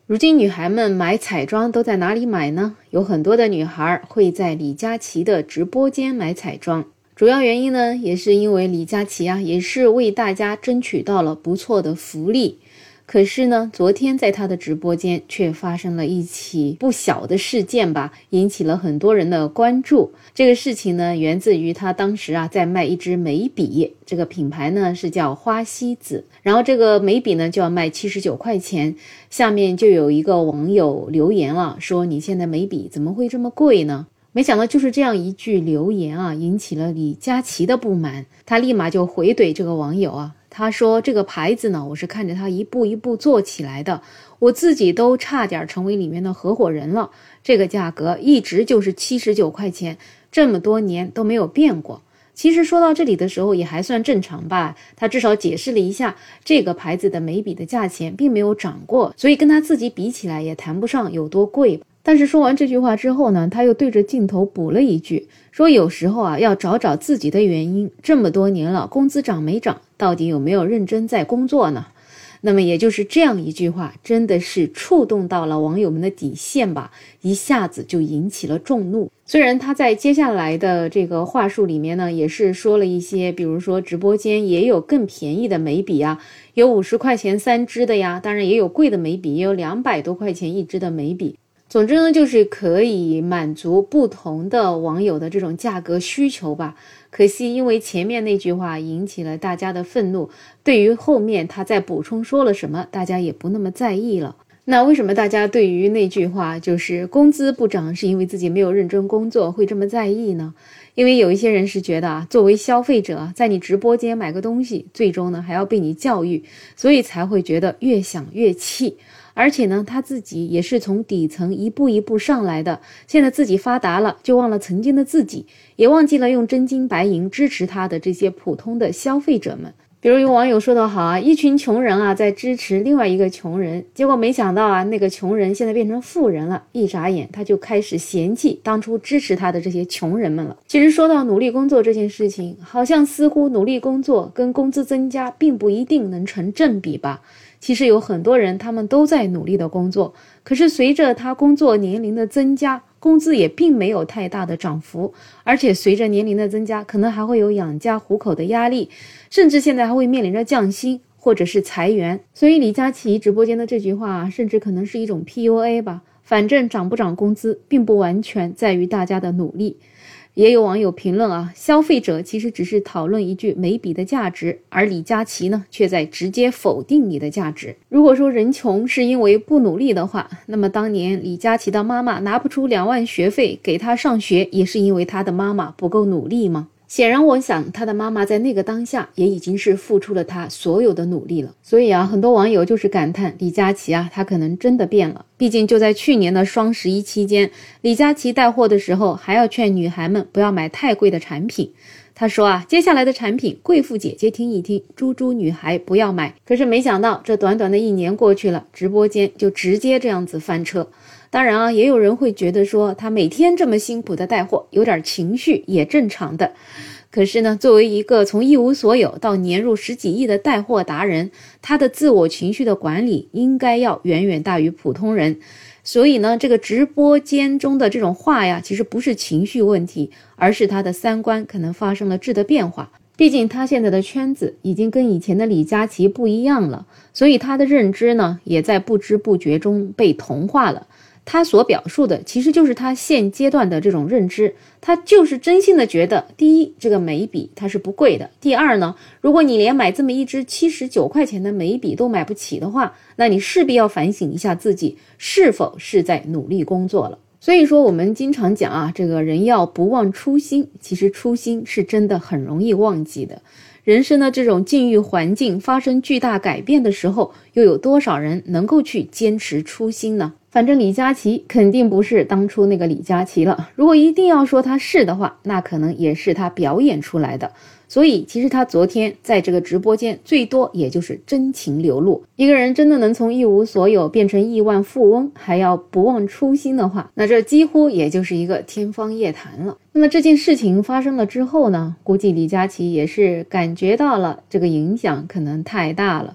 如今女孩们买彩妆都在哪里买呢？有很多的女孩会在李佳琦的直播间买彩妆，主要原因呢，也是因为李佳琦也是为大家争取到了不错的福利。可是呢，昨天在他的直播间却发生了一起不小的事件吧，引起了很多人的关注。这个事情呢，源自于他当时在卖一支眉笔，这个品牌呢是叫花西子，然后这个眉笔呢就要卖79块钱。下面就有一个网友留言了，说你现在眉笔怎么会这么贵呢？没想到就是这样一句留言引起了李佳琦的不满，他立马就回怼这个网友他说这个牌子呢，我是看着它一步一步做起来的，我自己都差点成为里面的合伙人了，这个价格一直就是79块钱，这么多年都没有变过。其实说到这里的时候也还算正常吧，他至少解释了一下这个牌子的眉笔的价钱并没有涨过，所以跟他自己比起来也谈不上有多贵。但是说完这句话之后呢，他又对着镜头补了一句，说有时候要找找自己的原因，这么多年了，工资涨没涨，到底有没有认真在工作呢？那么也就是这样一句话，真的是触动到了网友们的底线吧，一下子就引起了众怒。虽然他在接下来的这个话术里面呢，也是说了一些，比如说直播间也有更便宜的眉笔有50块钱3支的当然也有贵的眉笔，也有200多块钱1支的眉笔。总之呢，就是可以满足不同的网友的这种价格需求吧。可惜因为前面那句话引起了大家的愤怒，对于后面他再补充说了什么，大家也不那么在意了。那为什么大家对于那句话就是工资不涨是因为自己没有认真工作会这么在意呢？因为有一些人是觉得作为消费者在你直播间买个东西，最终呢还要被你教育，所以才会觉得越想越气。而且呢，他自己也是从底层一步一步上来的，现在自己发达了，就忘了曾经的自己，也忘记了用真金白银支持他的这些普通的消费者们。比如有网友说得好一群穷人在支持另外一个穷人，结果没想到那个穷人现在变成富人了，一眨眼他就开始嫌弃当初支持他的这些穷人们了。其实说到努力工作这件事情，好像似乎努力工作跟工资增加并不一定能成正比吧。其实有很多人他们都在努力的工作，可是随着他工作年龄的增加，工资也并没有太大的涨幅，而且随着年龄的增加，可能还会有养家糊口的压力，甚至现在还会面临着降薪或者是裁员。所以李佳琦直播间的这句话甚至可能是一种 PUA 吧，反正涨不涨工资并不完全在于大家的努力。也有网友评论消费者其实只是讨论一句眉笔的价值，而李佳琦呢却在直接否定你的价值。如果说人穷是因为不努力的话，那么当年李佳琦的妈妈拿不出2万学费给他上学，也是因为他的妈妈不够努力吗？显然我想他的妈妈在那个当下也已经是付出了他所有的努力了。所以很多网友就是感叹李佳琦他可能真的变了。毕竟就在去年的双11期间，李佳琦带货的时候还要劝女孩们不要买太贵的产品。他说接下来的产品贵妇姐姐听一听，猪猪女孩不要买。可是没想到这短短的1年过去了，直播间就直接这样子翻车。当然也有人会觉得说他每天这么辛苦的带货，有点情绪也正常的。可是呢，作为一个从一无所有到年入10几亿的带货达人，他的自我情绪的管理应该要远远大于普通人。所以呢，这个直播间中的这种话其实不是情绪问题，而是他的三观可能发生了质的变化。毕竟他现在的圈子已经跟以前的李佳琦不一样了，所以他的认知呢，也在不知不觉中被同化了。他所表述的其实就是他现阶段的这种认知，他就是真心的觉得，第一，这个眉笔它是不贵的；第二呢，如果你连买这么一支79块钱的眉笔都买不起的话，那你势必要反省一下自己是否是在努力工作了。所以说我们经常讲这个人要不忘初心，其实初心是真的很容易忘记的。人生的这种境遇环境发生巨大改变的时候，又有多少人能够去坚持初心呢？反正李佳琦肯定不是当初那个李佳琦了，如果一定要说他是的话，那可能也是他表演出来的。所以其实他昨天在这个直播间最多也就是真情流露。一个人真的能从一无所有变成亿万富翁，还要不忘初心的话，那这几乎也就是一个天方夜谭了。那么这件事情发生了之后呢，估计李佳琦也是感觉到了这个影响可能太大了，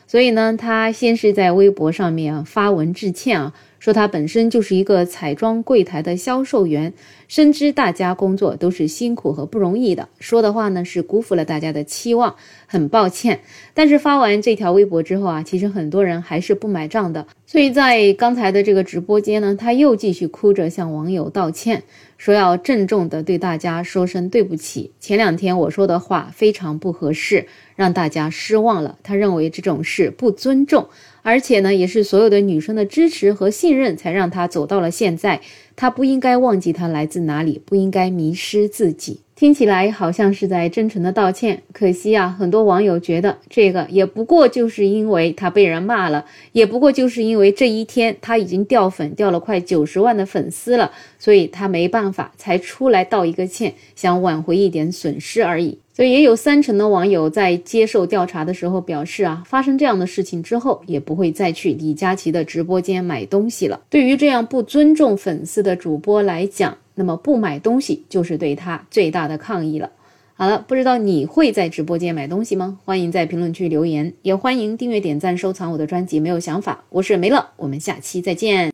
所以呢，他先是在微博上面发文致歉说他本身就是一个彩妆柜台的销售员，深知大家工作都是辛苦和不容易的，说的话呢是辜负了大家的期望，很抱歉。但是发完这条微博之后其实很多人还是不买账的，所以在刚才的这个直播间呢，他又继续哭着向网友道歉，说要郑重的对大家说声对不起，前2天我说的话非常不合适，让大家失望了，他认为这种事不尊重，而且呢，也是所有的女生的支持和信任才让他走到了现在，他不应该忘记他来自哪里，不应该迷失自己。听起来好像是在真诚的道歉，可惜很多网友觉得这个也不过就是因为他被人骂了，也不过就是因为这一天他已经掉粉掉了快90万的粉丝了，所以他没办法才出来道一个歉，想挽回一点损失而已。所以也有30%的网友在接受调查的时候表示发生这样的事情之后，也不会再去李佳琦的直播间买东西了。对于这样不尊重粉丝的主播来讲，那么不买东西就是对他最大的抗议了。好了，不知道你会在直播间买东西吗？欢迎在评论区留言，也欢迎订阅、点赞、收藏我的专辑。没有想法，我是梅乐，我们下期再见。